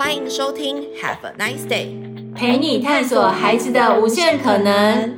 欢迎收听 Have a nice day， 陪你探索孩子的无限可能。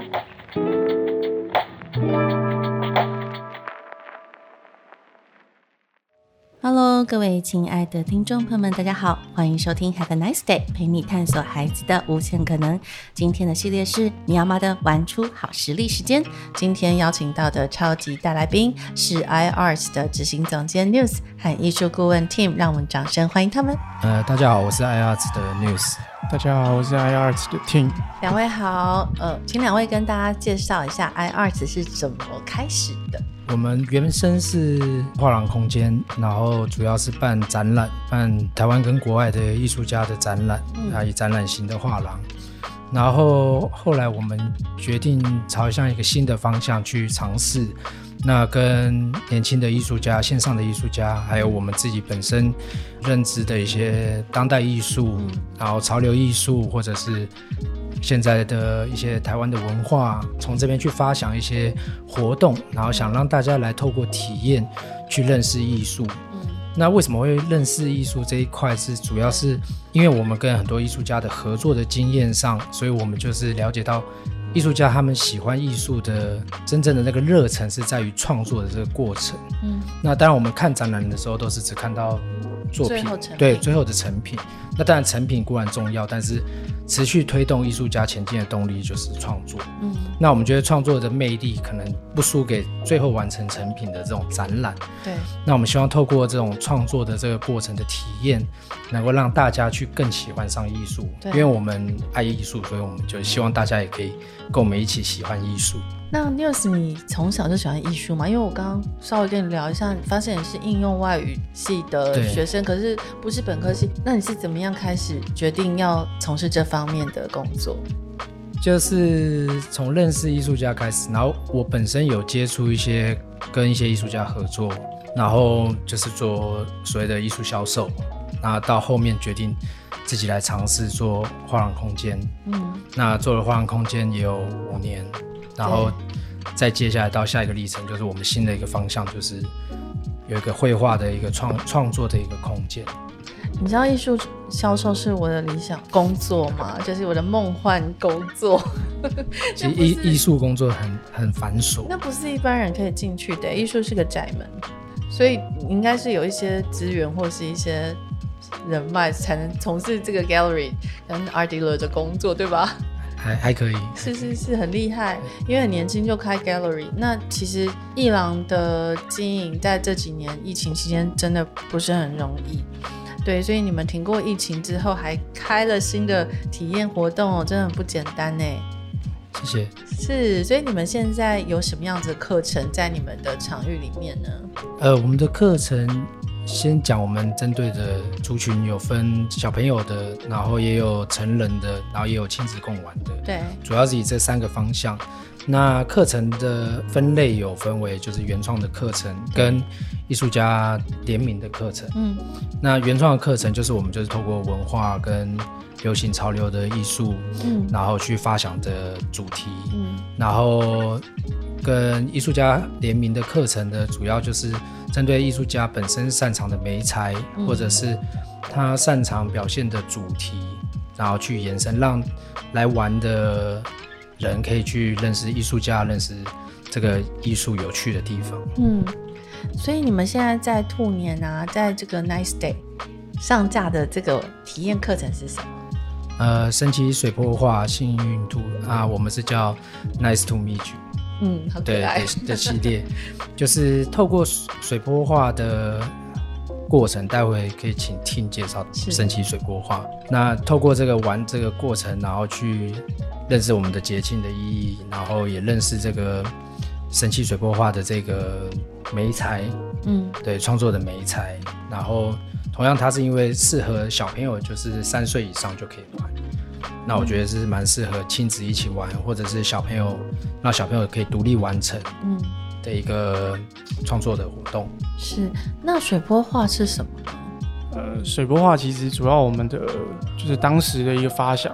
Hello， 各位亲爱的听众朋友们，大家好，欢迎收听 Have a nice day， 陪你探索孩子的无限可能。今天的系列是你要妈的玩出好实力时间。今天邀请到的超级大来宾是 iArts 的执行总监 News 和艺术顾问 Tim， 让我们掌声欢迎他们。 大家好，我是 iArts 的 News。 大家好，我是 iArts 的 Tim。 两位好，请两位跟大家介绍一下 iArts 是怎么开始的。 我们原生是画廊空间，然后主要是办展览，办台湾跟国外的艺术家的展览，以展览型的画廊。然后后来我们决定朝向一个新的方向去尝试，那跟年轻的艺术家、线上的艺术家，还有我们自己本身认知的一些当代艺术，然后潮流艺术，或者是现在的一些台湾的文化，从这边去发想一些活动，然后想让大家来透过体验去认识艺术。那为什么会认识艺术这一块，是主要是因为我们跟很多艺术家的合作的经验上，所以我们就是了解到艺术家他们喜欢艺术的真正的那个热忱是在于创作的这个过程。那当然我们看展览的时候都是只看到作品，对，最后的成品。那当然成品固然重要，但是持续推动艺术家前进的动力就是创作。那我们觉得创作的魅力可能不输给最后完成成品的这种展览。 对， 那我们希望透过这种创作的这个过程的体验，能够让大家去更喜欢上艺术。因为我们爱艺术，所以我们就希望大家也可以跟我们一起喜欢艺术。 那 News 你从小就喜欢艺术吗？因为我刚刚稍微跟你聊一下，发现你是应用外语系的学生，可是不是本科系。那你是怎么样开始决定要从事这方面的工作？ 就是从认识艺术家开始，然后我本身有接触跟一些艺术家合作，然后就是做所谓的艺术销售，那到后面决定自己来尝试做画廊空间。那做了画廊空间也有5年，然后再接下来到下一个历程，就是我们新的一个方向，就是有一个绘画的一个创作的一个空间。 你知道艺术销售是我的理想工作吗？就是我的梦幻工作。 其实艺术工作很繁琐， 那不是一般人可以进去的。艺术是个窄门，所以应该是有一些资源或是一些人脉才能从事这个 gallery 跟 art dealer 的工作，对吧？ 还可以， 是很厉害，因为很年轻就开 gallery。那其实艺廊的经营在这几年疫情期间真的不是很容易，对，所以你们挺过疫情之后还开了新的体验活动真的很不简单耶。 谢谢。 是，所以你们现在有什么样子的课程在你们的场域里面呢？ 我们的课程先讲，我们针对的族群有分小朋友的，然后也有成人的，然后也有亲子共玩的。对，主要是以这3个方向。那课程的分类有分为就是原创的课程跟艺术家联名的课程。那原创的课程就是我们就是透过文化跟流行潮流的艺术，然后去发想的主题，然后跟艺术家联名的课程的主要就是针对艺术家本身擅长的媒材，或者是他擅长表现的主题，然后去延伸，让来玩的人可以去认识艺术家，认识这个艺术有趣的地方。 所以你们现在在兔年啊，在这个 Nice Day 上架的这个体验课程是什么？ 神奇水波画幸运兔我们是叫 Nice to Meet You。 好可爱的系列，就是透过水波画的过程，待会可以请 Tim 介绍神奇水波画。那透过这个玩这个过程，然后去认识我们的节庆的意义，然后也认识这个神奇水波画的这个媒材，对，创作的媒材。然后同样它是因为适合小朋友，就是3岁以上就可以玩。那我觉得是蛮适合亲子一起玩，或者是小朋友让小朋友可以独立完成的一个创作的活动。 是，那水波画是什么呢？ 水波画其实主要我们的就是当时的一个发想，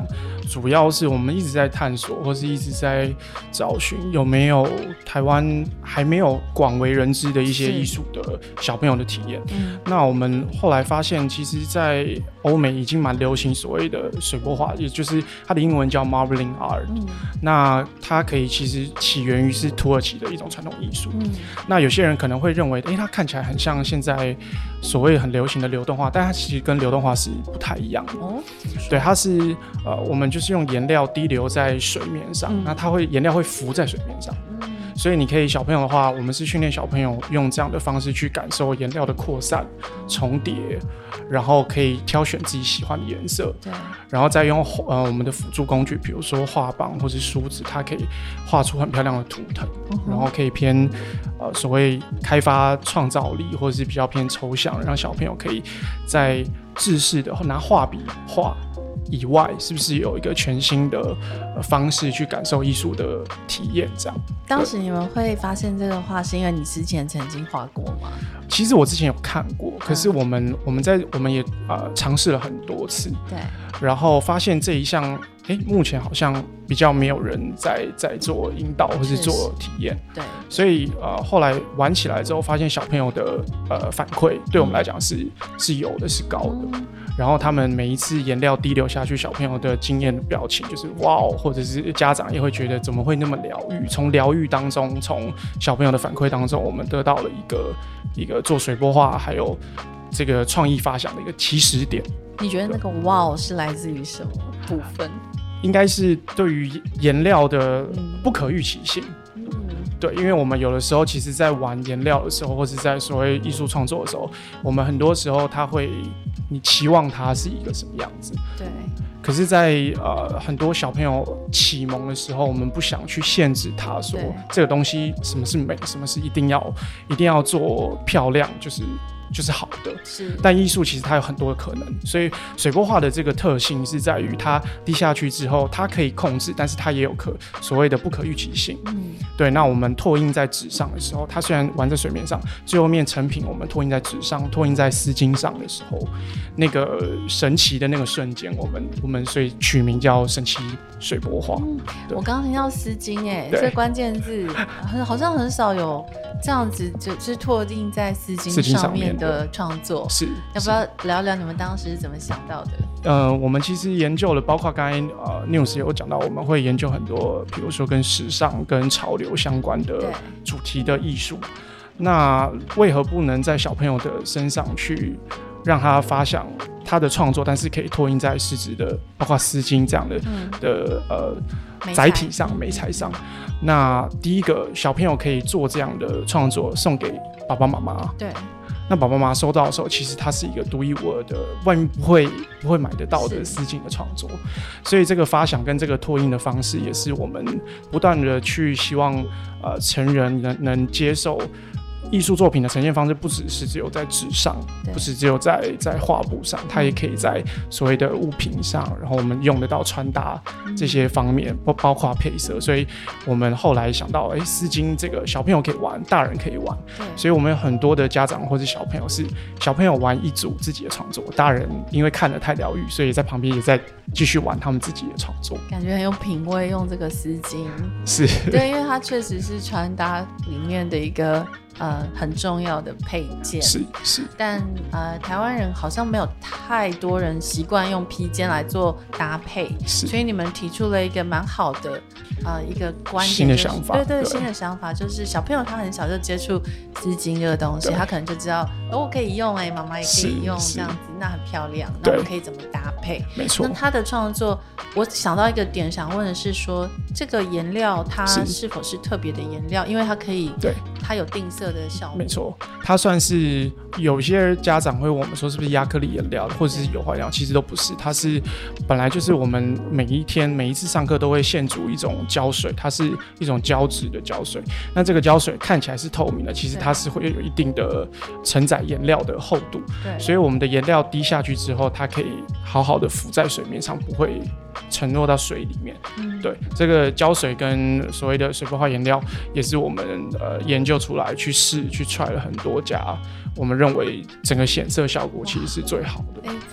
主要是我们一直在探索，或是一直在找寻有没有台湾还没有广为人知的一些艺术的小朋友的体验。那我们后来发现，其实在欧美已经蛮流行所谓的水波画，也就是它的英文叫 Marbling Art。那它可以其实起源于是土耳其的一种传统艺术。那有些人可能会认为，它看起来很像现在所谓很流行的流动画，但它其实跟流动画是不太一样的。对，它是我们就是用颜料滴流在水面上，那颜料会浮在水面上。所以你可以小朋友的话，我们是训练小朋友用这样的方式去感受颜料的扩散、重叠，然后可以挑选自己喜欢的颜色，对，然后再用我们的辅助工具，比如说画棒或是梳子，它可以画出很漂亮的图腾，然后可以偏所谓开发创造力，或者是比较偏抽象，让小朋友可以在制式的拿画笔画以外，是不是有一个全新的方式去感受艺术的体验？这样， 当时你们会发现这个画，是因为你之前曾经画过吗？ 其实我之前有看过，可是我们也尝试了很多次，对，然后发现这一项，目前好像比较没有人在做引导或是做体验，对，所以后来玩起来之后，发现小朋友的反馈对我们来讲是有的，是高的。然后他们每一次颜料滴流下去，小朋友的惊艳的表情就是哇哦，或者是家长也会觉得怎么会那么疗愈？从疗愈当中，从小朋友的反馈当中，我们得到了一个做水波画还有这个创意发想的一个起始点。 你觉得那个哇哦是来自于什么部分？ 应该是对于颜料的不可预期性。对，因为我们有的时候其实在玩颜料的时候，或是在所谓艺术创作的时候，我们很多时候你期望它是一个什么样子，对。可是在很多小朋友启蒙的时候，我们不想去限制他说这个东西什么是美，什么是一定要做漂亮，就是好的，但艺术其实它有很多的可能，所以水波画的这个特性是在于它滴下去之后，它可以控制，但是它也有所谓的不可预期性。对，那我们拓印在纸上的时候，它虽然玩在水面上，最后面成品我们拓印在纸上、拓印在丝巾上的时候，那个神奇的那个瞬间，我们所以取名叫神奇水波画。 我刚刚听到丝巾，这关键字好像很少有这样子，就是拓印在丝巾上面的创作。是，要不要聊聊你们当时是怎么想到的？ 我们其实研究了，包括刚才News 有讲到，我们会研究很多，比如说跟时尚、跟潮流相关的主题的艺术。那为何不能在小朋友的身上去让他发想他的创作，但是可以拓印在实质的，包括丝巾这样的载体上、媒材上？那第一个，小朋友可以做这样的创作，送给爸爸妈妈。对。那爸爸妈妈收到的时候，其实它是一个独一无二的，外面不会买得到的丝巾的创作，所以这个发想跟这个拓印的方式，也是我们不断的去希望成人能接受。艺术作品的呈现方式不只有在纸上，不只有在画布上，它也可以在所谓的物品上，然后我们用得到穿搭这些方面，包括配色。所以我们后来想到，丝巾这个小朋友可以玩，大人可以玩，所以我们有很多的家长或者小朋友是小朋友玩一组自己的创作，大人因为看了太疗愈，所以在旁边也在继续玩他们自己的创作， 感觉很有品味。用这个丝巾是对，因为它确实是穿搭里面的一个很重要的配件，是，但台湾人好像没有太多人习惯用披肩来做搭配，所以你们提出了一个蛮好的一个观点， 新的想法， 对，新的想法就是小朋友他很小就接触丝巾这个东西，他可能就知道我可以用，妈妈也可以用，这样子那很漂亮，那我们可以怎么搭配？没错。那他的创作，我想到一个点想问的是说，这个颜料它是否是特别的颜料？因为它可以，对，它有定色的效果。 没错，它算是有些家长会问我们说是不是亚克力颜料或者是油画颜料，其实都不是，它是本来就是我们每一次上课都会现煮一种胶水，它是一种胶质的胶水。那这个胶水看起来是透明的，其实它是会有一定的承载颜料的厚度，所以我们的颜料滴下去之后，它可以好好的浮在水面上，不会沉落到水里面。对，这个胶水跟所谓的水波画颜料也是我们研究出来去try 了很多家，我们认为整个显色效果其实是最好的。 不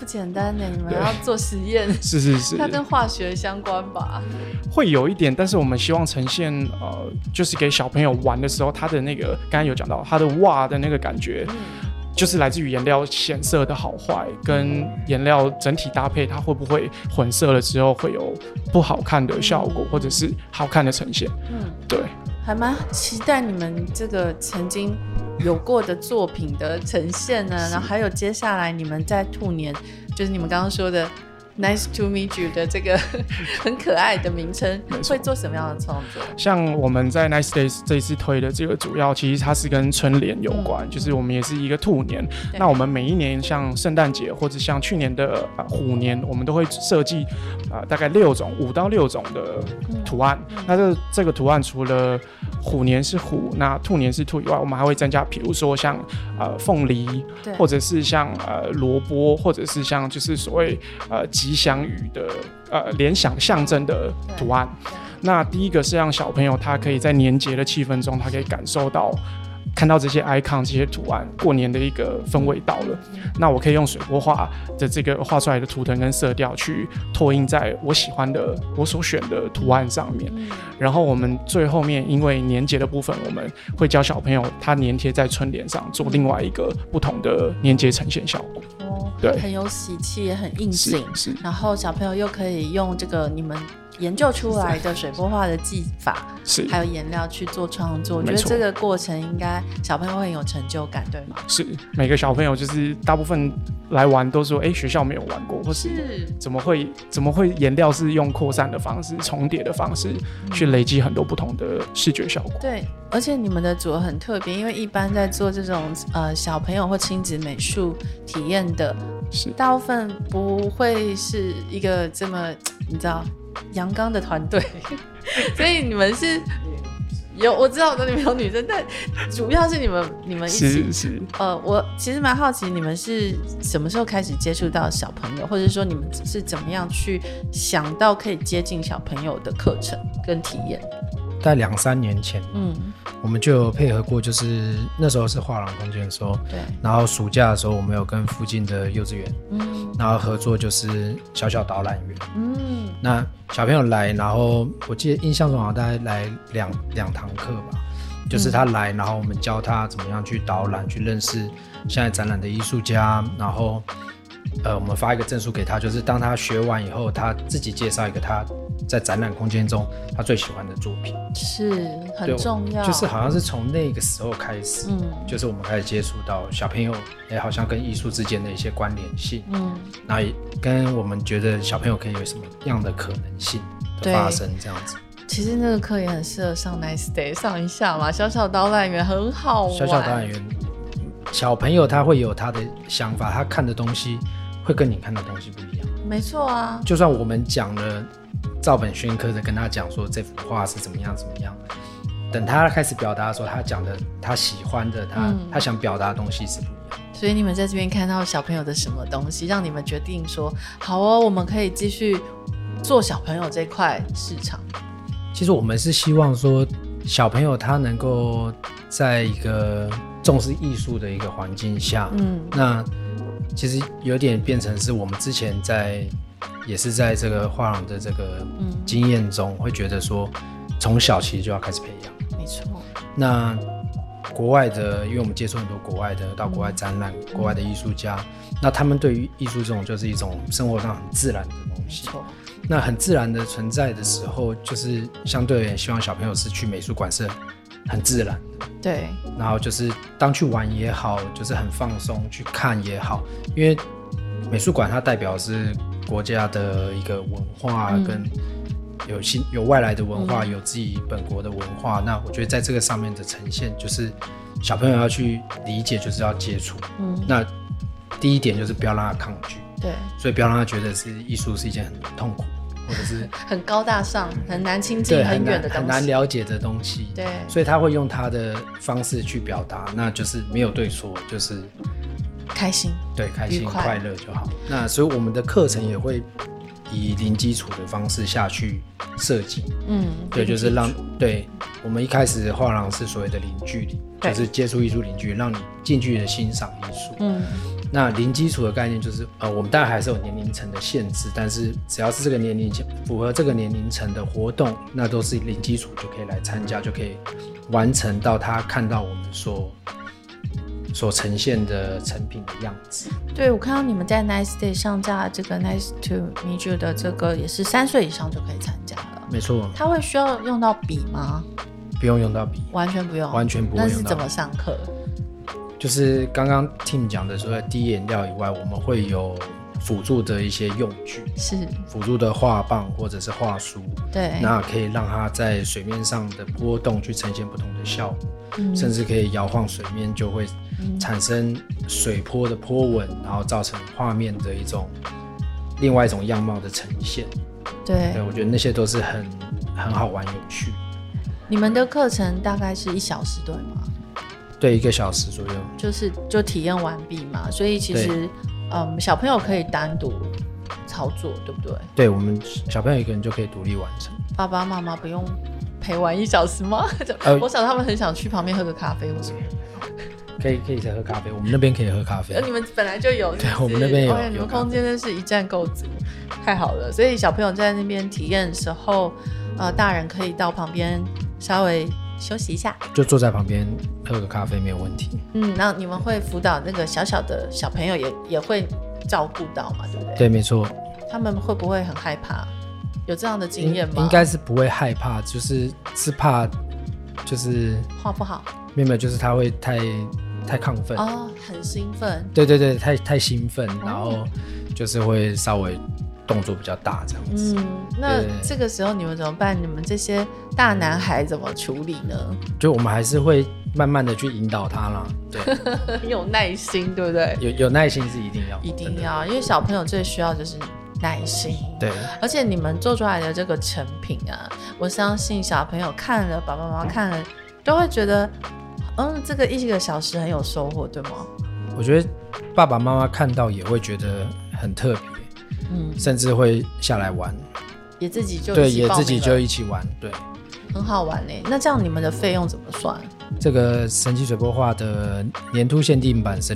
简单呢，你们要做实验， 是， 它跟化学相关吧？ 会有一点，但是我们希望呈现就是给小朋友玩的时候，他的那个刚才有讲到他的哇的那个感觉。就是来自于颜料显色的好坏，跟颜料整体搭配，它会不会混色了之后会有不好看的效果，或者是好看的呈现。对，还蛮期待你们这个曾经有过的作品的呈现呢。然后还有接下来你们在兔年，就是你们刚刚说的Nice to meet you 的这个很可爱的名称，会做什么样的创作？像我们在 Nice Days 这一次推的这个主要，其实它是跟春联有关，就是我们也是一个兔年。那我们每一年像圣诞节或者像去年的虎年，我们都会设计大概5到6种的图案。那这个图案除了虎年是虎，那兔年是兔以外，我们还会增加，比如说像凤梨，或者是像萝卜，或者是像就是所谓吉祥语的联想象征的图案。那第一个是让小朋友他可以在年节的气氛中，他可以感受到看到这些 icon 这些图案，过年的一个氛围到了。那我可以用水波画的这个画出来的图腾跟色调去拓印在我喜欢的我所选的图案上面。然后我们最后面因为年节的部分，我们会教小朋友他粘贴在春联上，做另外一个不同的年节呈现效果。对， 很有喜气，也很应景。然后小朋友又可以用这个你们研究出来的水波画的技法，还有颜料去做创作。我觉得这个过程应该小朋友会很有成就感，对吗？ 是，每个小朋友就是大部分来玩都说，学校没有玩过，或是怎么会颜料是用扩散的方式、重叠的方式去累积很多不同的视觉效果。 对，而且你们的组合很特别，因为一般在做这种小朋友或亲子美术体验的，大部分不会是一个这么你知道阳刚的团队，所以你们是有，我知道你们有女生，但主要是你们一起。 是。 我其实蛮好奇，你们是什么时候开始接触到小朋友，或者说你们是怎么样去想到可以接近小朋友的课程跟体验？ 大概2-3年前，我们就有配合过，就是那时候是画廊空间的时候，对，然后暑假的时候，我们有跟附近的幼稚园，然后合作就是小导览员，那小朋友来，然后我记得印象中好像大概来两堂课吧，就是他来，然后我们教他怎么样去导览，去认识现在展览的艺术家，然后我们发一个证书给他，就是当他学完以后，他自己介绍一个他在展览空间中他最喜欢的作品，是很重要。 就是好像是从那个时候开始，就是我们开始接触到小朋友，好像跟艺术之间的一些关联性，然后跟我们觉得小朋友可以有什么样的可能性的发生这样子。 其实那个课也很适合上 Nice Day 上一下嘛，小导览员很好玩。小导览员， 小朋友他会有他的想法，他看的东西会跟你看的东西不一样。 没错啊， 就算我们讲了照本宣科的跟他讲说这幅画是怎么样，等他开始表达的时候，他讲的他喜欢的他想表达的东西是不一样。 所以你们在这边看到小朋友的什么东西，让你们决定说好哦，我们可以继续做小朋友这块市场？ 其实我们是希望说小朋友他能够在一个重视艺术的一个环境下，那其实有点变成是我们之前也是在这个画廊的这个经验中，会觉得说从小其实就要开始培养。 没错。 那国外的，因为我们接触很多国外的，到国外展览，国外的艺术家，那他们对于艺术这种就是一种生活上很自然的东西。没错。那很自然的存在的时候，就是相对而言，希望小朋友是去美术馆是很自然的。 对。然后就是当去玩也好，就是很放松去看也好，因为美术馆它代表是国家的一个文化，跟有外来的文化，有自己本国的文化。那我觉得在这个上面的呈现，就是小朋友要去理解，就是要接触。那第一点就是不要让他抗拒。对。所以不要让他觉得是艺术是一件很痛苦，或者是很高大上、很难亲近、很远的东西， 很难了解的东西。对。所以他会用他的方式去表达，那就是没有对错，就是开心。对， 开心快乐就好。那所以我们的课程也会以零基础的方式下去设计。对，就是我们一开始画廊是所谓的零距离，就是接触艺术零距离，让你近距离的欣赏艺术。 那零基础的概念就是我们当然还是有年龄层的限制，但是只要是这个年龄符合这个年龄层的活动，那都是零基础就可以来参加，就可以完成到他看到我们所呈现的成品的样子。 对，我看到你们在 Nice Day 上架这个 Nice to Meet You 的这个也是3岁以上就可以参加了。 没错。 他会需要用到笔吗？ 不用用到笔， 完全不用， 完全不会用到笔。 那是怎么上课？就是刚刚 Tim 讲的，除了滴颜料以外，我们会有辅助的一些用具， 是辅助的画棒或者是画梳， 对， 那可以让它在水面上的波动去呈现不同的效果，甚至可以摇晃水面，就会产生水波的波纹，然后造成画面的另外一种样貌的呈现。 对， 我觉得那些都是很好玩有趣。 你们的课程大概是1小时对吗？ 对，1个小时左右， 就体验完毕嘛，所以其实小朋友可以单独操作，对不对？对，我们小朋友一个人就可以独立完成。 爸爸妈妈不用陪玩1小时吗？我想他们很想去旁边喝个咖啡或什么。 可以喝咖啡，我们那边可以喝咖啡。 你们本来就有， 对，我们那边有。 你们空间真是一站够足，太好了。所以小朋友在那边体验的时候，大人可以到旁边稍微休息一下， 就坐在旁边喝个咖啡没有问题。 那你们会辅导那个小小的小朋友也会照顾到嘛，对不对？ 对，没错。 他们会不会很害怕？有这样的经验吗？ 应该是不会害怕，是怕就是画不好。 没有，就是他会太亢奋很兴奋。 对，太兴奋，然后就是会稍微动作比较大这样子。 那这个时候你们怎么办？你们这些大男孩怎么处理呢？ 就我们还是会慢慢的去引导他啦。对， 很有耐心，对不对？ 有耐心是一定要， 因为小朋友最需要就是耐心。 对， 而且你们做出来的这个成品啊，我相信小朋友看了，爸爸妈妈看了，都会觉得，这个1个小时很有收获，对吗？ 我觉得爸爸妈妈看到也会觉得很特别，甚至会下来玩， 也自己就一起玩，对， 很好玩嘞。那这样你们的费用怎么算？ 这个神奇水波画的粘土限定版是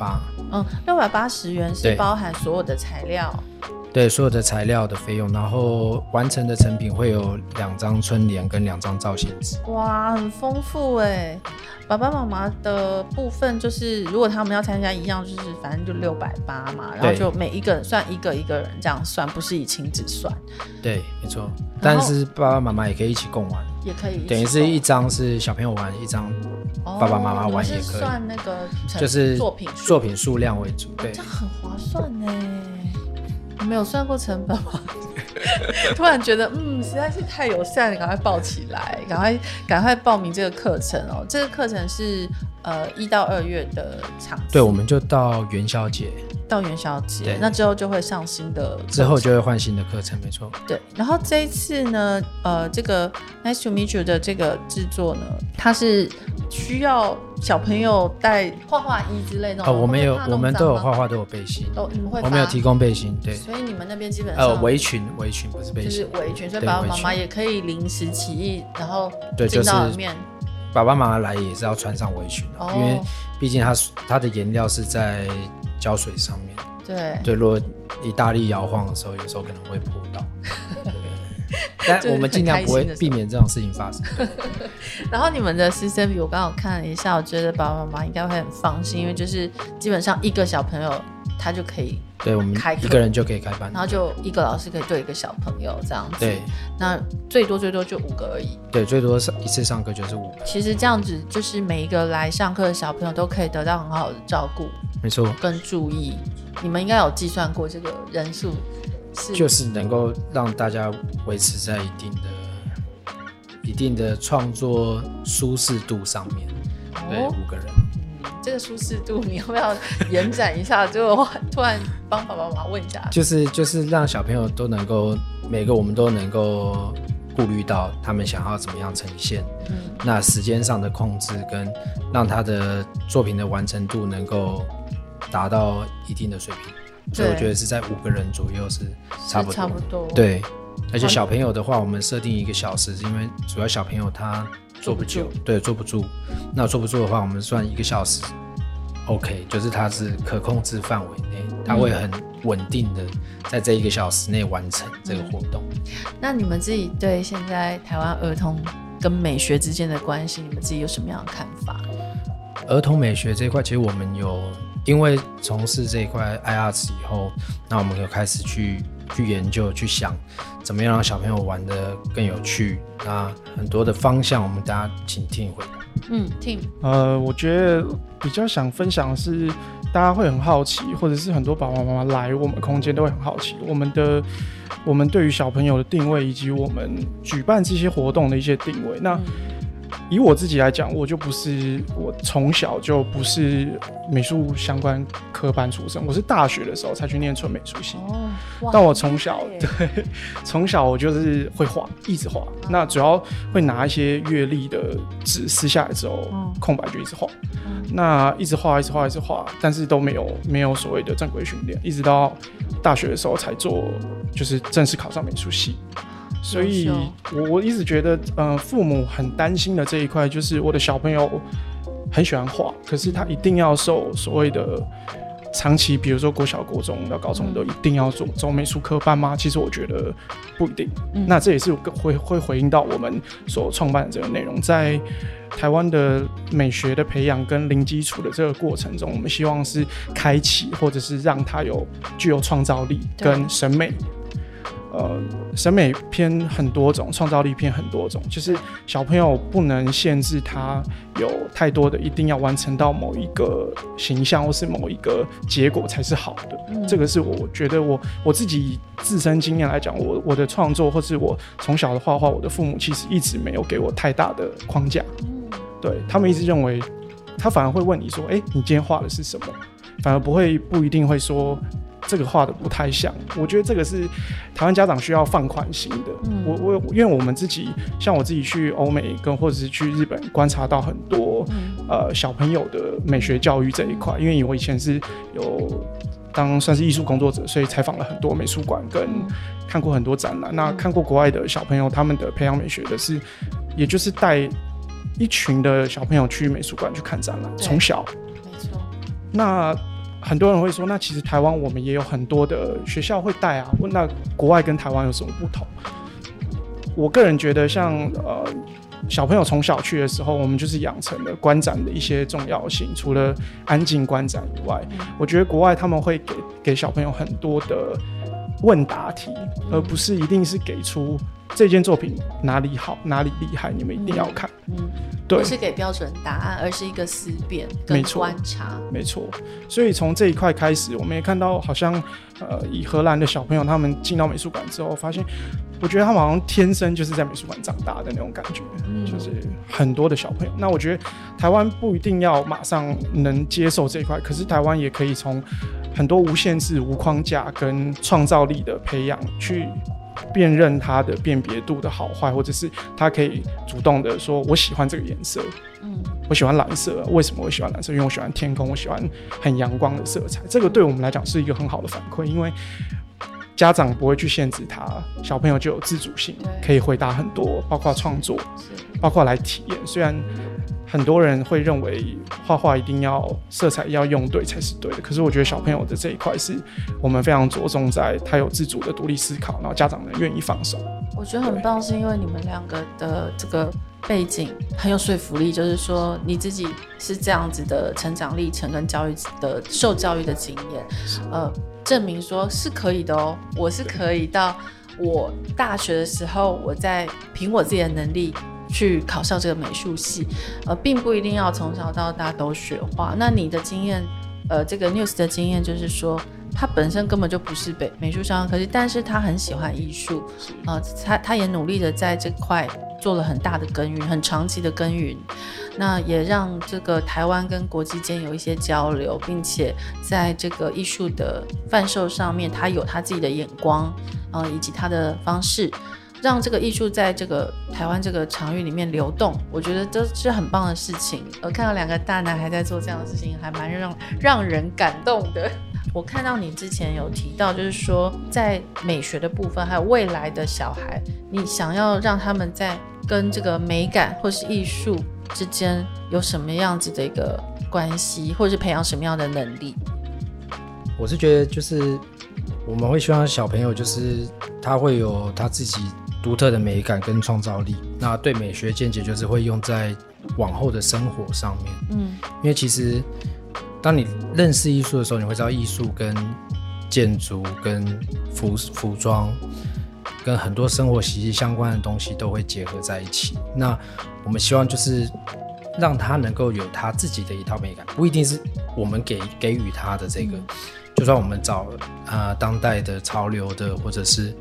680元，是包含所有的材料。 对，所有的材料的费用，然后完成的成品会有2张春联跟2张造型纸。 哇，很丰富哎！爸爸妈妈的部分就是，如果他们要参加一样，就是反正就680嘛，然后就每一个人算一个人这样算，不是以亲子算。 对，没错。但是爸爸妈妈也可以一起共玩， 也可以一起， 等于是1张是小朋友玩，1张爸爸妈妈玩也可以。 是算那个就是作品数量为主，对， 这样很划算哎。你没有算过成本吗？突然觉得实在是太友善了，赶快报起来，赶快报名这个课程哦。这个课程是1到2月的场次， 对，我们就到元宵节， 那之后就会上新的课程， 之后就会换新的课程，没错。 对，然后这一次呢，这个 Nice to Meet You 的这个制作呢，它是需要小朋友带画衣之类的。 我们都有画都有背心， 你们会发？ 我们有提供背心，对。 所以你们那边基本上围裙不是背心， 就是围裙，所以爸爸妈妈也可以临时起意，然后进到里面。 爸爸妈妈来也是要穿上围裙因为毕竟它的颜料是在胶水上面。对，如果你大力摇晃的时候，有时候可能会泼到。但我们尽量不会避免这种事情发生。 然后你们的师生比我刚好看了一下，我觉得爸爸妈妈应该会很放心，因为就是基本上1个小朋友他就可以， 对，我们1个人就可以开班， 然后就1个老师可以对1个小朋友这样子。 对， 那最多就5个而已。 对，最多一次上课就是5个。 其实这样子就是每一个来上课的小朋友都可以得到很好的照顾， 没错， 跟注意。你们应该有计算过这个人数？ 就是能够让大家维持在一定的创作舒适度上面。对，5个人。 这个舒适度你要不要延展一下？就突然帮爸爸妈妈问一下。 就是让小朋友都能够，每个我们都能够顾虑到他们想要怎么样呈现。那时间上的控制跟让他的作品的完成度能够达到一定的水平。所以我觉得是在5个人左右是差不多。对，而且小朋友的话，我们设定1个小时，是因为主要小朋友他坐不久，对，坐不住。那坐不住的话，我们算1个小时 OK， 就是它是可控制范围内，它会很稳定的在这1个小时内完成这个活动。 那你们自己对现在台湾儿童跟美学之间的关系，你们自己有什么样的看法？ 儿童美学这一块，其实我们有因为从事这一块 IARTS 以后，那我们有开始去研究、去想怎么样让小朋友玩得更有趣。那很多的方向，我们大家请Tim回答。 Tim， 我觉得比较想分享的是，大家会很好奇，或者是很多爸爸妈妈来我们空间都会很好奇，我们对于小朋友的定位，以及我们举办这些活动的一些定位。那以我自己来讲，我从小就不是美术相关科班出身，我是大学的时候才去念纯美术系。但我从小我就是会画，一直画。那主要会拿一些阅历的纸撕下来之后，空白就一直画。那一直画，但是都没有所谓的正规训练，一直到大学的时候才做，就是正式考上美术系。所以我一直觉得，父母很担心的这一块，就是我的小朋友很喜欢画，可是他一定要受所谓的长期，比如说国小、国中到高中都一定要走美术科班吗？其实我觉得不一定。那这也是会回应到我们所创办的这个内容，在台湾的美学的培养跟零基础的这个过程中，我们希望是开启或者是让他具有创造力跟审美。审美偏很多种，创造力偏很多种，就是小朋友不能限制他有太多的一定要完成到某一个形象或是某一个结果才是好的。这个是我觉得我自己自身经验来讲，我的创作或是我从小的画画，我的父母其实一直没有给我太大的框架。对，他们一直认为，他反而会问你说，你今天画的是什么？反而不一定会说这个画的不太像。我觉得这个是台湾家长需要放宽心的。因为我们自己，像我自己去欧美或者是去日本观察到很多小朋友的美学教育这一块。因为我以前是有算是艺术工作者，所以采访了很多美术馆跟看过很多展览。那看过国外的小朋友他们的培养美学的是，也就是带一群的小朋友去美术馆去看展览，从小。 没错。 那很多人会说，那其实台湾我们也有很多的学校会带啊，那国外跟台湾有什么不同？我个人觉得像小朋友从小去的时候，我们就是养成了观展的一些重要性。除了安静观展以外，我觉得国外他们会给小朋友很多的问答题，而不是一定是给出这件作品哪里好哪里厉害，你们一定要看。对， 不是给标准答案，而是一个思辨跟观察。 没错，所以从这一块开始，我们也看到好像以荷兰的小朋友他们进到美术馆之后，发现我觉得他们好像天生就是在美术馆长大的那种感觉。就是很多的小朋友。那我觉得台湾不一定要马上能接受这一块，可是台湾也可以从很多无限制、无框架跟创造力的培养去辨认它的辨别度的好坏，或者是他可以主动的说我喜欢这个颜色，我喜欢蓝色，为什么我喜欢蓝色？因为我喜欢天空，我喜欢很阳光的色彩。这个对我们来讲是一个很好的反馈，因为家长不会去限制他，小朋友就有自主性，可以回答很多，包括创作，包括来体验。虽然很多人会认为画画一定要色彩要用对才是对的，可是我觉得小朋友的这一块是我们非常着重在他有自主的独立思考，然后家长能愿意放手。 我觉得很棒，是因为你们两个的这个背景很有说服力，就是说你自己是这样子的成长历程跟受教育的经验，证明说是可以的哦。我是可以到我大学的时候，我在凭我自己的能力去考上这个美术系，并不一定要从小到大都学画。那你的经验，这个 News 的经验就是说，他本身根本就不是美术相关科技，但是他很喜欢艺术，他也努力的在这块做了很大的耕耘，很长期的耕耘。那也让这个台湾跟国际间有一些交流，并且在这个艺术的贩售上面，他有他自己的眼光，以及他的方式，让这个艺术在这个台湾这个场域里面流动。我觉得这是很棒的事情。看到两个大男孩在做这样的事情，还蛮让人感动的。我看到你之前有提到，就是说在美学的部分，还有未来的小孩，你想要让他们在跟这个美感或是艺术之间有什么样子的一个关系，或者是培养什么样的能力？ 我是觉得就是我们会希望小朋友就是他会有他自己独特的美感跟创造力，那对美学见解就是会用在往后的生活上面。因为其实当你认识艺术的时候，你会知道艺术跟建筑跟服装跟很多生活息息相关的东西都会结合在一起。那我们希望就是让他能够有他自己的一套美感，不一定是我们给予他的这个，就算我们找当代的潮流的，或者是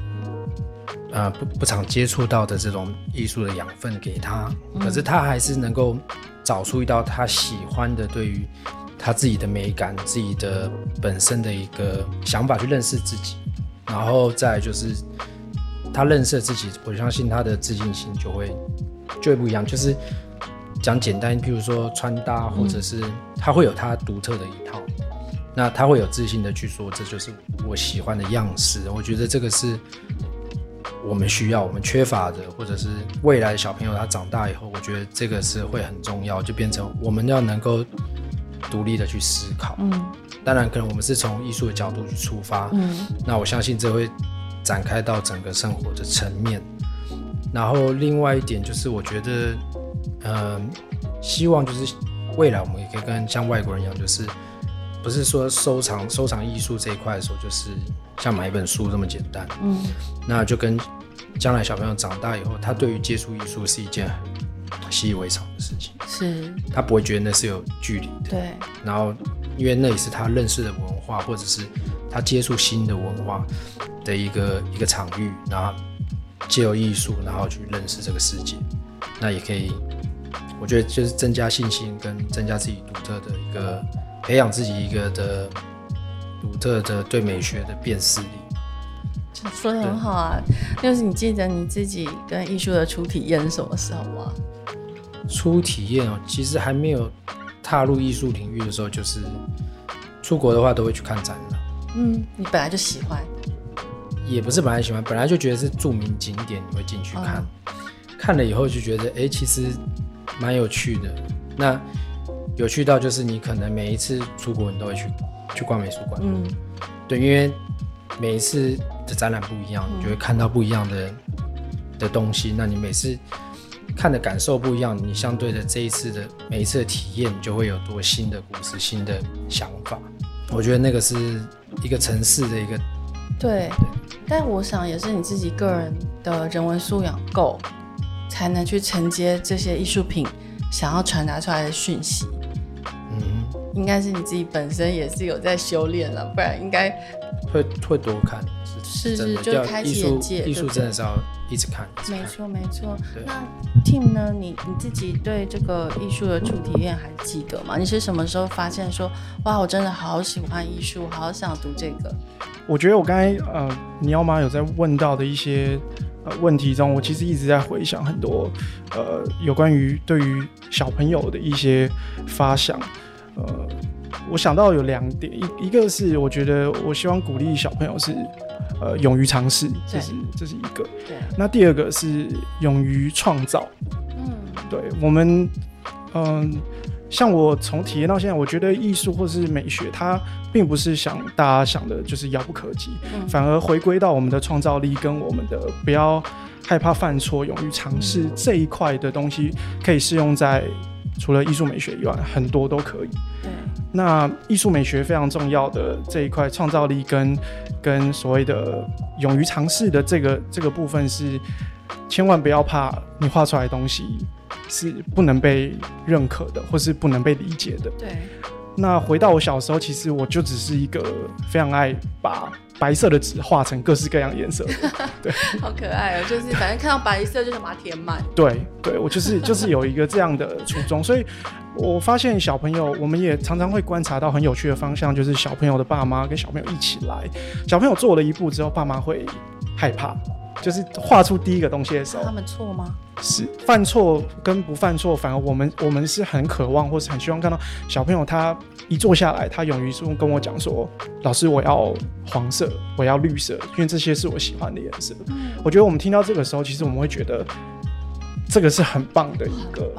不常接触到的这种艺术的养分给他，可是他还是能够找出一道他喜欢的，对于他自己的美感、自己的本身的一个想法去认识自己，然后再来就是他认识了自己，我相信他的自信心就会不一样。就是讲简单，譬如说穿搭，或者是他会有他独特的一套，那他会有自信的去说这就是我喜欢的样式。我觉得这个是我们需要、我们缺乏的，或者是未来的小朋友他长大以后，我觉得这个是会很重要，就变成我们要能够独立的去思考。当然可能我们是从艺术的角度去出发，那我相信这会展开到整个生活的层面。然后另外一点就是我觉得希望就是未来我们也可以跟像外国人一样，就是不是说收藏艺术这一块的时候就是像买一本书这么简单。那就跟将来小朋友长大以后，他对于接触艺术是一件很习以为常的事情，是他不会觉得那是有距离的。对，然后因为那也是他认识的文化，或者是他接触新的文化的一个场域，然后藉由艺术然后去认识这个世界，那也可以我觉得就是增加信心跟增加自己独特的一个培养自己一个的独特的对美学的辨识力。 说得很好啊。就是你记得你自己跟艺术的初体验是什么时候吗？ 初体验其实还没有踏入艺术领域的时候，就是出国的话都会去看展览。 你本来就喜欢？ 也不是本来喜欢，本来就觉得是著名景点你会进去看，看了以后就觉得其实蛮有趣的。那有趣到就是你可能每一次出国你都会去逛美术馆。对，因为每一次的展览不一样，你就会看到不一样的东西。那你每次看的感受不一样，你相对的每一次的体验，你就会有多新的故事、新的想法。我觉得那个是一个城市的一个对， 但我想也是你自己个人的人文素养够，才能去承接这些艺术品想要传达出来的讯息。应该是你自己本身也是有在修炼了，不然应该会多看。是就开启眼界。 艺术真的是要一直看。 没错没错。那 Tim 呢？你自己对这个艺术的初体验还记得吗？你是什么时候发现说，哇，我真的好喜欢艺术，好想读这个？ 我觉得我刚才尼奥妈有在问到的一些问题中，我其实一直在回想很多有关于对于小朋友的一些发想。我想到有2点，一个是我觉得我希望鼓励小朋友是勇于尝试，这是一个。那第二个是勇于创造。对，我们像我从体验到现在，我觉得艺术或是美学，它并不是像大家想的就是遥不可及，反而回归到我们的创造力跟我们的不要害怕犯错、勇于尝试这一块的东西，可以适用在除了艺术美学以外，很多都可以。对，那艺术美学非常重要的这一块创造力跟所谓的勇于尝试的这个部分是，千万不要怕你画出来的东西是不能被认可的，或是不能被理解的。对。那回到我小时候，其实我就只是一个非常爱把白色的纸画成各式各样颜色的。对， 好可爱哦！就是反正看到白色就想把它填满。 对，我就是有一个这样的初衷，所以我发现小朋友，我们也常常会观察到很有趣的方向，就是小朋友的爸妈跟小朋友一起来，小朋友做了一步之后，爸妈会害怕。就是画出第一个东西的时候， 他们错吗？ 是犯错跟不犯错，反而我们是很渴望或是很希望看到小朋友他一坐下来，他勇于跟我讲说，老师我要黄色，我要绿色，因为这些是我喜欢的颜色。我觉得我们听到这个时候，其实我们会觉得这个是很棒的一个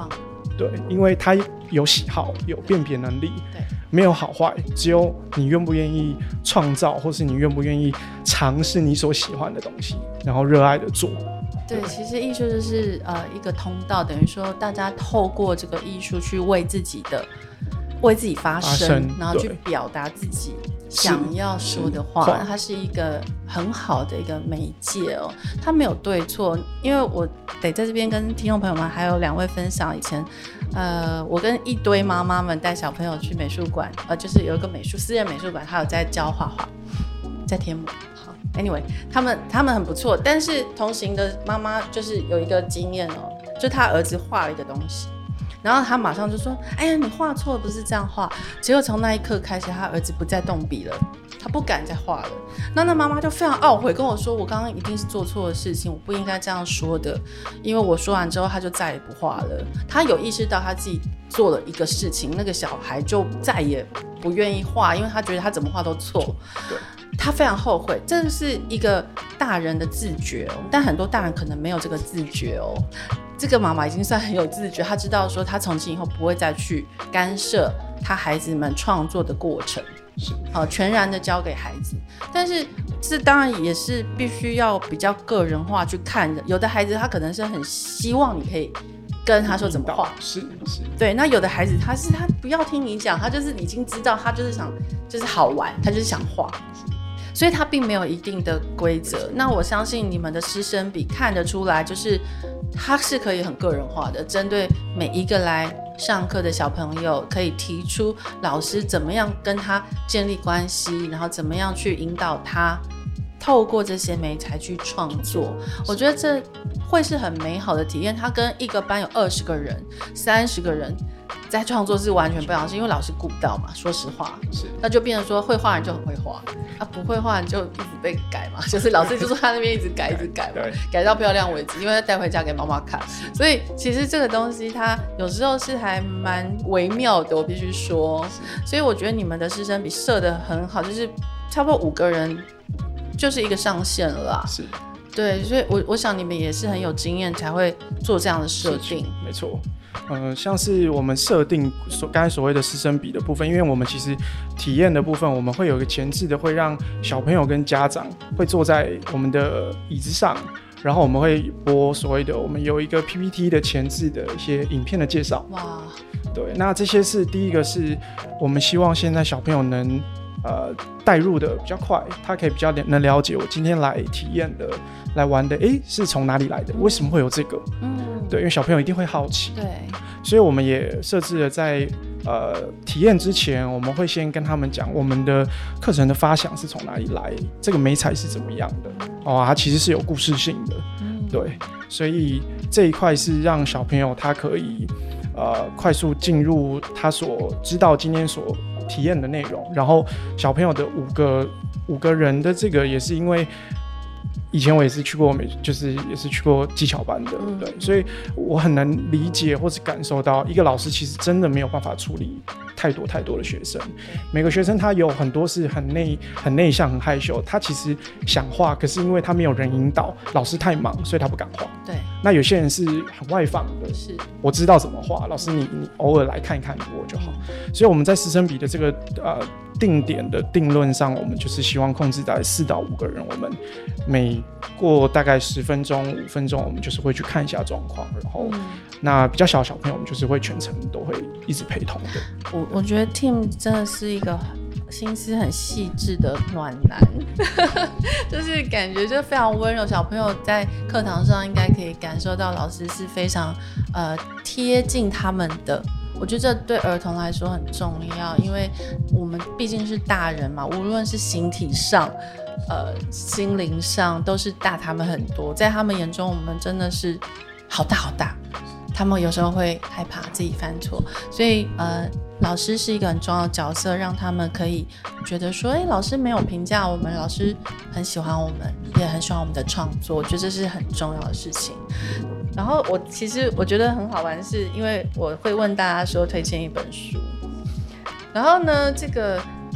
对，因为他有喜好，有辨别能力，没有好坏，只有你愿不愿意创造，或是你愿不愿意尝试你所喜欢的东西，然后热爱的做。 对，其实艺术就是一个通道，等于说大家透过这个艺术去为自己发声，然后去表达自己想要说的话，它是一个很好的一个媒介哦，它没有对错。因为我得在这边跟听众朋友们还有2位分享，以前我跟一堆妈妈们带小朋友去美术馆，就是有一个私人美术馆，他有在教画画，在天母。Anyway， 他们很不错，但是同行的妈妈就是有一个经验哦，就他儿子画了一个东西，然后他马上就说：“哎呀，你画错了，不是这样画。”结果从那一刻开始，他儿子不再动笔了，他不敢再画了。那妈妈就非常懊悔，跟我说：“我刚刚一定是做错了事情，我不应该这样说的。”因为我说完之后，他就再也不画了。他有意识到他自己做了一个事情，那个小孩就再也不愿意画，因为他觉得他怎么画都错。对。他非常后悔，这是一个大人的自觉哦，但很多大人可能没有这个自觉哦。这个妈妈已经算很有自觉，她知道说她从今以后不会再去干涉她孩子们创作的过程，全然的交给孩子。但是这当然也是必须要比较个人化去看的。有的孩子他可能是很希望你可以跟他说怎么画， 是对。那有的孩子他不要听你讲，他就是已经知道，他就是想就是好玩，他就是想画。所以它并没有一定的规则。那我相信你们的师生比看得出来，就是它是可以很个人化的，针对每一个来上课的小朋友，可以提出老师怎么样跟他建立关系，然后怎么样去引导他透过这些媒材去创作。我觉得这会是很美好的体验。他跟一个班有20个人、30个人在创作是完全不一样，是因为老师顾不到嘛，说实话，那就变成说会画人就很会画，不会画人就一直被改嘛，就是老师就说他那边一直改嘛，改到漂亮为止，因为带回家给妈妈看。所以其实这个东西它有时候是还蛮微妙的，我必须说。所以我觉得你们的师生比设得很好，就是差不多5个人就是一个上限了啦。是，对，所以我想你们也是很有经验才会做这样的设定。 没错。像是我们设定刚才所谓的师生比的部分，因为我们其实体验的部分，我们会有一个前置的，会让小朋友跟家长会坐在我们的椅子上，然后我们会播所谓的，我们有一个 PPT 的前置的一些影片的介绍。哇，对，那这些是第一个是我们希望现在小朋友能带入的比较快，他可以比较能了解我今天来体验的、来玩的，是从哪里来的？为什么会有这个？对，因为小朋友一定会好奇。对，所以我们也设置了在体验之前，我们会先跟他们讲我们的课程的发想是从哪里来，这个媒材是怎么样的它其实是有故事性的。对，所以这一块是让小朋友他可以快速进入他所知道今天所体验的内容，然后小朋友的五个人的这个也是因为以前我也是去过就是也是去过技巧班的，对，所以我很难理解或是感受到一个老师其实真的没有办法处理太多的学生，每个学生他有很多是很内向很害羞，他其实想画，可是因为他没有人引导，老师太忙，所以他不敢画。对，那有些人是很外放的，是我知道怎么画，老师你偶尔来看一看我就好。所以我们在师生比的这个定点的定论上，我们就是希望控制在4到5个人，我们每过大概10分钟、5分钟，我们就是会去看一下状况，然后那比较小的小朋友，我们就是会全程都会一直陪同的。 我觉得 Tim 真的是一个心思很细致的暖男，就是感觉就非常温柔。小朋友在课堂上应该可以感受到老师是非常贴近他们的。我觉得这对儿童来说很重要，因为我们毕竟是大人嘛，无论是形体上、心灵上，都是大他们很多。在他们眼中，我们真的是好大好大。他们有时候会害怕自己犯错，所以老师是一个很重要的角色，让他们可以觉得说，老师没有评价我们，老师很喜欢我们，也很喜欢我们的创作，我觉得这是很重要的事情。然后其实我觉得很好玩，是因为我会问大家说推荐一本书，然后呢，这个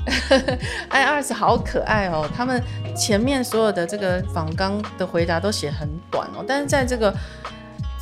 iArts 好可爱哦，他们前面所有的这个访纲的回答都写很短哦，但是在这个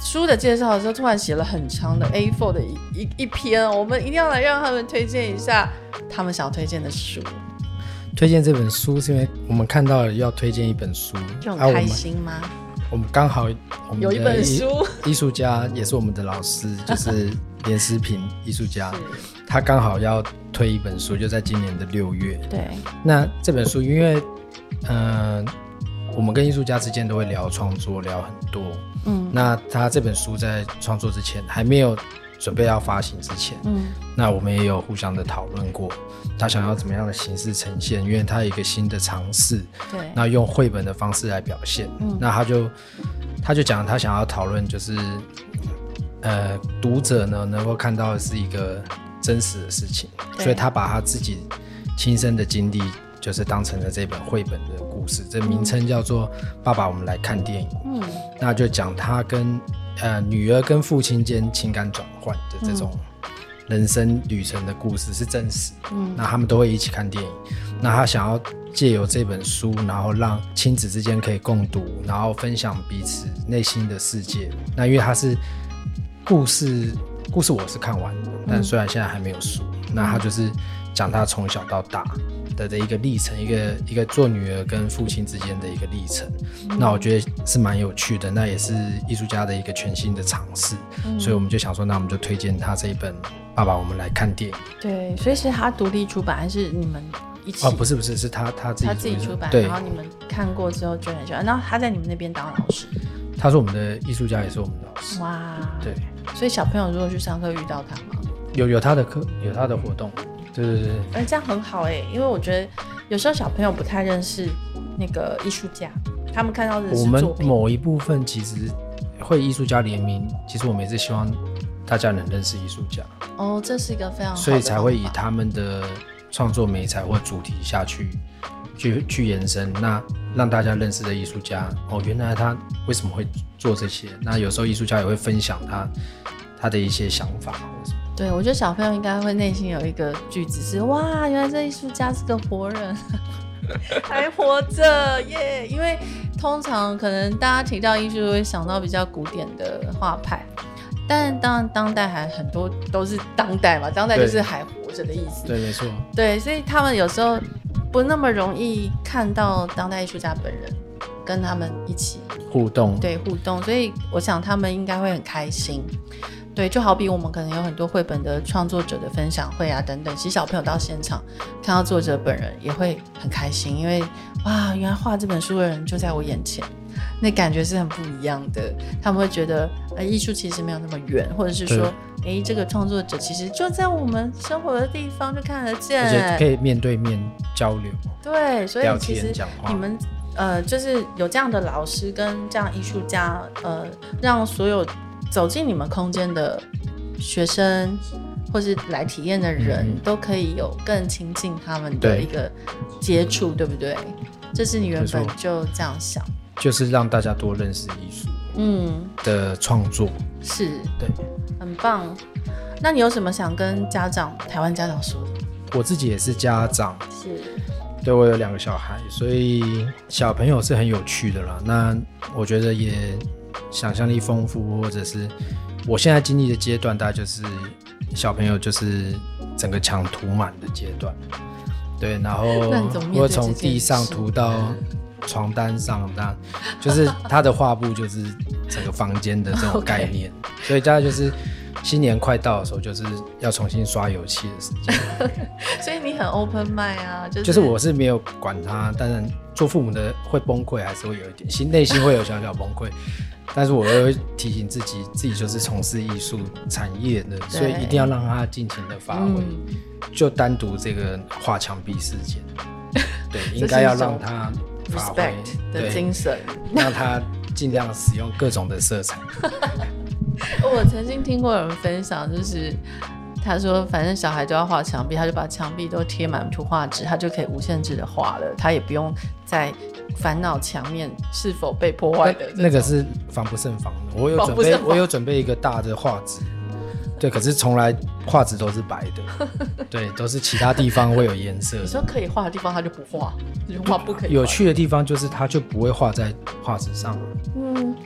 书的介绍的时候，突然写了很长的 A4 的一篇，我们一定要来让他们推荐一下他们想要推荐的书。 推荐这本书是因为我们看到了要推荐一本书， 就很开心吗？ 我们刚好我们有一本书， 艺术家也是我们的老师，就是连诗平艺术家，他刚好要推一本书，就在今年的6月。 对， 那这本书因为我们跟艺术家之间都会聊创作，聊很多。那他这本书在创作之前还没有准备要发行之前，那我们也有互相的讨论过，他想要怎么样的形式呈现，因为他有一个新的尝试， 对， 那用绘本的方式来表现。那他就讲他想要讨论就是读者呢能够看到的是一个真实的事情，所以他把他自己亲身的经历就是当成了这本绘本的故事，这名称叫做爸爸我们来看电影。那就讲他跟女儿跟父亲间情感转换的这种人生旅程的故事是真实。那他们都会一起看电影，那他想要借由这本书，然后让亲子之间可以共读，然后分享彼此内心的世界。那因为他是故事我是看完的，但虽然现在还没有书，那他就是讲他从小到大的一个历程，一个做女儿跟父亲之间的一个历程。那我觉得是蛮有趣的，那也是艺术家的一个全新的尝试。所以我们就想说，那我们就推荐他这一本《爸爸我们来看电影》。 对，所以是他独立出版还是你们一起？ 不是，是他自己出版， 对， 然后你们看过之后就很喜欢。然后他在你们那边当老师， 他是我们的艺术家，也是我们的老师。 哇， 对， 所以小朋友如果去上课遇到他吗？ 有他的课，有他的活动。对， 这样很好因为我觉得有时候小朋友不太认识那个艺术家，他们看到的是作品。 我们某一部分其实会艺术家联名，其实我们也是希望大家能认识艺术家。这是一个非常好的方法，所以才会以他们的创作媒材或主题下去延伸，那让大家认识的艺术家原来他为什么会做这些。那有时候艺术家也会分享他的一些想法。 对，我觉得小朋友应该会内心有一个句子是哇，原来这艺术家是个活人还活着耶。因为通常可能大家提到艺术会想到比较古典的画派，但当然当代还很多都是当代嘛，当代就是还活着的意思。 对，没错。 对，所以他们有时候不那么容易看到当代艺术家本人，跟他们一起互动。 对，互动，所以我想他们应该会很开心。对，就好比我们可能有很多绘本的创作者的分享会啊等等，其实小朋友到现场看到作者本人也会很开心，因为哇，原来画这本书的人就在我眼前，那感觉是很不一样的。他们会觉得艺术其实没有那么远，或者是说这个创作者其实就在我们生活的地方就看得见， 而且可以面对面交流。 对，所以其实你们就是有这样的老师跟这样艺术家让所有走进你们空间的学生或是来体验的人都可以有更亲近他们的一个接触， 对不对？这是你原本就这样想， 就是让大家多认识艺术的创作。 是， 对， 很棒。那你有什么想跟台湾家长说的？ 我自己也是家长， 是， 对，我有2个小孩，所以小朋友是很有趣的啦。那我觉得也想象力丰富，或者是我现在经历的阶段，大概就是小朋友就是整个墙涂满的阶段。对，然后会从地上涂到床单上，那就是他的画布就是整个房间的这种概念。所以大概就是新年快到的时候，就是要重新刷油漆的时间。 所以你很 open mind 啊， 就是我是没有管他，当然做父母的会崩溃，还是会有一点内心会有小小崩溃。但是我也会提醒自己就是从事艺术产业的，所以一定要让他尽情的发挥。就单独这个画墙壁事件，对，应该要让他发挥 respect 的精神， 让他尽量使用各种的色彩。 我曾经听过有人分享，就是他说反正小孩都要画墙壁，他就把墙壁都贴满图画纸，他就可以无限制的画了，他也不用再烦恼墙面是否被破坏的。 那个是防不胜防的。我有准备一个大的画纸，对，可是从来画纸都是白的，对，都是其他地方会有颜色。 你说可以画的地方他就不画，就画不可以画。 有趣的地方就是他就不会画在画纸上。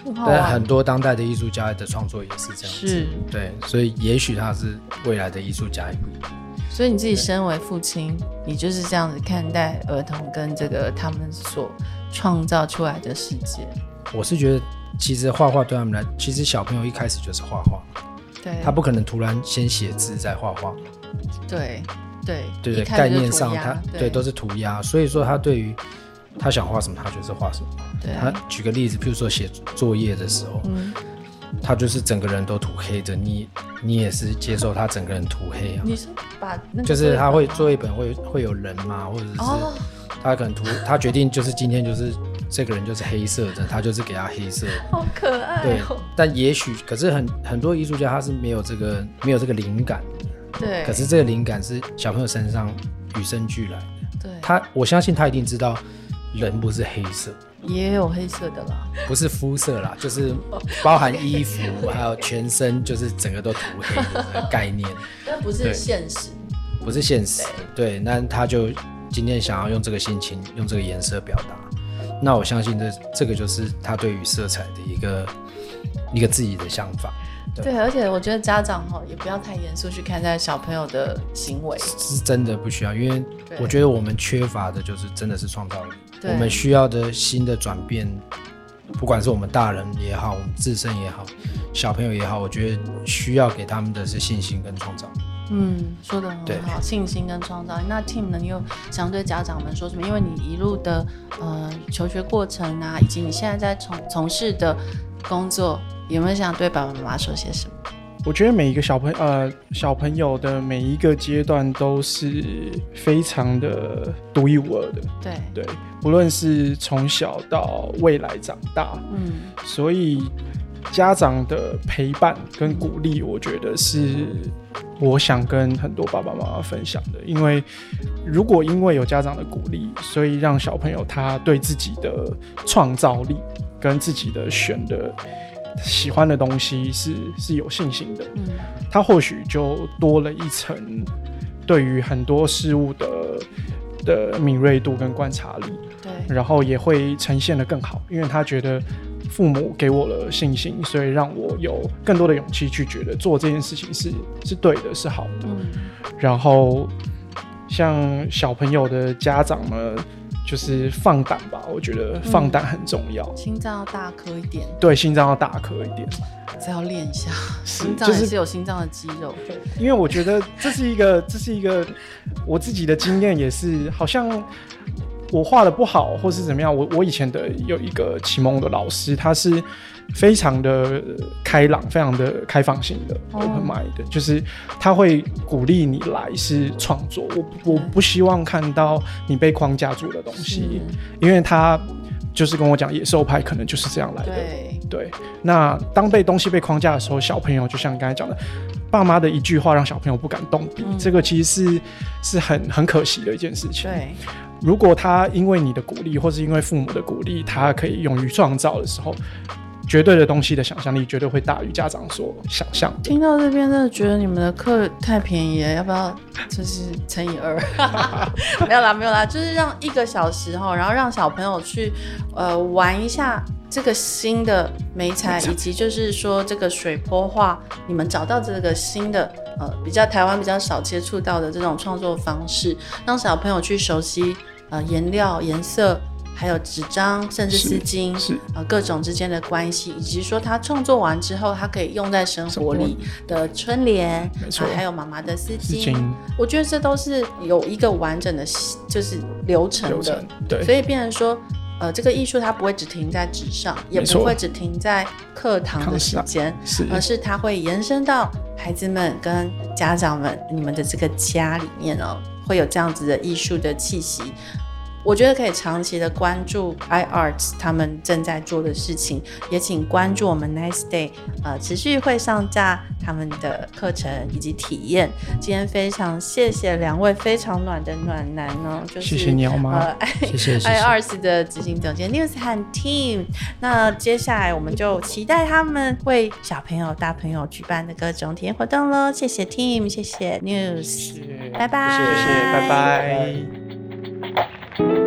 但很多当代的艺术家的创作也是这样子， 是， 对，所以也许他是未来的艺术家也不一定。 所以你自己身为父亲，你就是这样子看待儿童跟这个他们所创造出来的世界。 我是觉得其实画画对他们来，其实小朋友一开始就是画画， 对， 他不可能突然先写字再画画， 对对对对，概念上他对都是涂鸦，所以说他对于他想画什么他就是画什么。 对， 他举个例子，譬如说写作业的时候，他就是整个人都涂黑的，你也是接受他整个人涂黑啊？ 你是把那个就是他会作业本会有人嘛，或者是他可能他决定就是今天就是这个人就是黑色的，他就是给他黑色的， 好可爱哦。 对，但也许可是很多艺术家他是没有这个灵感的， 对， 可是这个灵感是小朋友身上与生俱来的。 对， 我相信他一定知道人不是黑色。 也有黑色的啦， 不是肤色啦，就是包含衣服还有全身，就是整个都涂黑的概念。 但不是现实， 不是现实。对，那他就今天想要用这个心情，用这个颜色表达。那我相信这个就是他对于色彩的一个自己的想法。 对，而且我觉得家长也不要太严肃去看待小朋友的行为， 是真的不需要，因为我觉得我们缺乏的就是真的是创造力。我们需要的新的转变，不管是我们大人也好，我们自身也好，小朋友也好，我觉得需要给他们的是信心跟创造力。 说得很好，信心跟创造力。那 Tim 呢，你有想对家长们说什么？因为你一路的求学过程啊，以及你现在在从事的工作，有没有想对爸爸妈妈说些什么？ 我觉得每一个小朋友的每一个阶段都是非常的独一无二的，对，不论是从小到未来长大，所以家长的陪伴跟鼓励，我觉得是我想跟很多爸爸妈妈分享的。因为如果因为有家长的鼓励，所以让小朋友他对自己的创造力跟自己的选的喜欢的东西是有信心的，他或许就多了一层对于很多事物的敏锐度跟观察力，对，然后也会呈现得更好，因为他觉得父母给我了信心，所以让我有更多的勇气去觉得做这件事情是对的，是好的。然后像小朋友的家长们，就是放胆吧，我觉得放胆很重要。 心脏要大颗一点， 对，心脏要大颗一点， 再要练一下，心脏也是有心脏的肌肉。 因为我觉得这是一个我自己的经验，也是好像我画的不好或是怎么样，我以前的有一个启蒙的老师，他是非常的开朗，非常的开放性的 open mind 的，就是他会鼓励你来是创作，我不希望看到你被框架住的东西，因为他就是跟我讲野兽派可能就是这样来的。对，那当东西被框架的时候，小朋友就像你刚才讲的，爸妈的一句话让小朋友不敢动笔，这个其实是很可惜的一件事情。对，如果他因为你的鼓励，或是因为父母的鼓励，他可以勇于创造的时候，绝对的东西的想象力绝对会大于家长所想象的。 听到这边真的觉得你们的课太便宜了，要不要就是乘以2？没有啦，就是让1个小时然后让小朋友去玩一下这个新的媒材，以及就是说这个水波画，你们找到这个新的比较台湾比较少接触到的这种创作方式，让小朋友去熟悉颜料、颜色，还有纸张，甚至丝巾，各种之间的关系，以及说他创作完之后，他可以用在生活里的春联，还有妈妈的丝巾。我觉得这都是有一个完整的，就是流程的。对，所以变成说，这个艺术它不会只停在纸上，也不会只停在课堂的时间，而是它会延伸到孩子们跟家长们你们的这个家里面哦，会有这样子的艺术的气息。我觉得可以长期的关注 iArts 他们正在做的事情，也请关注我们 Nice Day 持续会上架他们的课程以及体验。今天非常谢谢2位非常暖的暖男哦，就是谢谢你好吗？谢谢 iArts 的执行总监 News 和 Tim。那接下来我们就期待他们为小朋友大朋友举办的各种体验活动咯。谢谢 Tim， 谢谢 News， 拜拜， 谢谢，拜拜。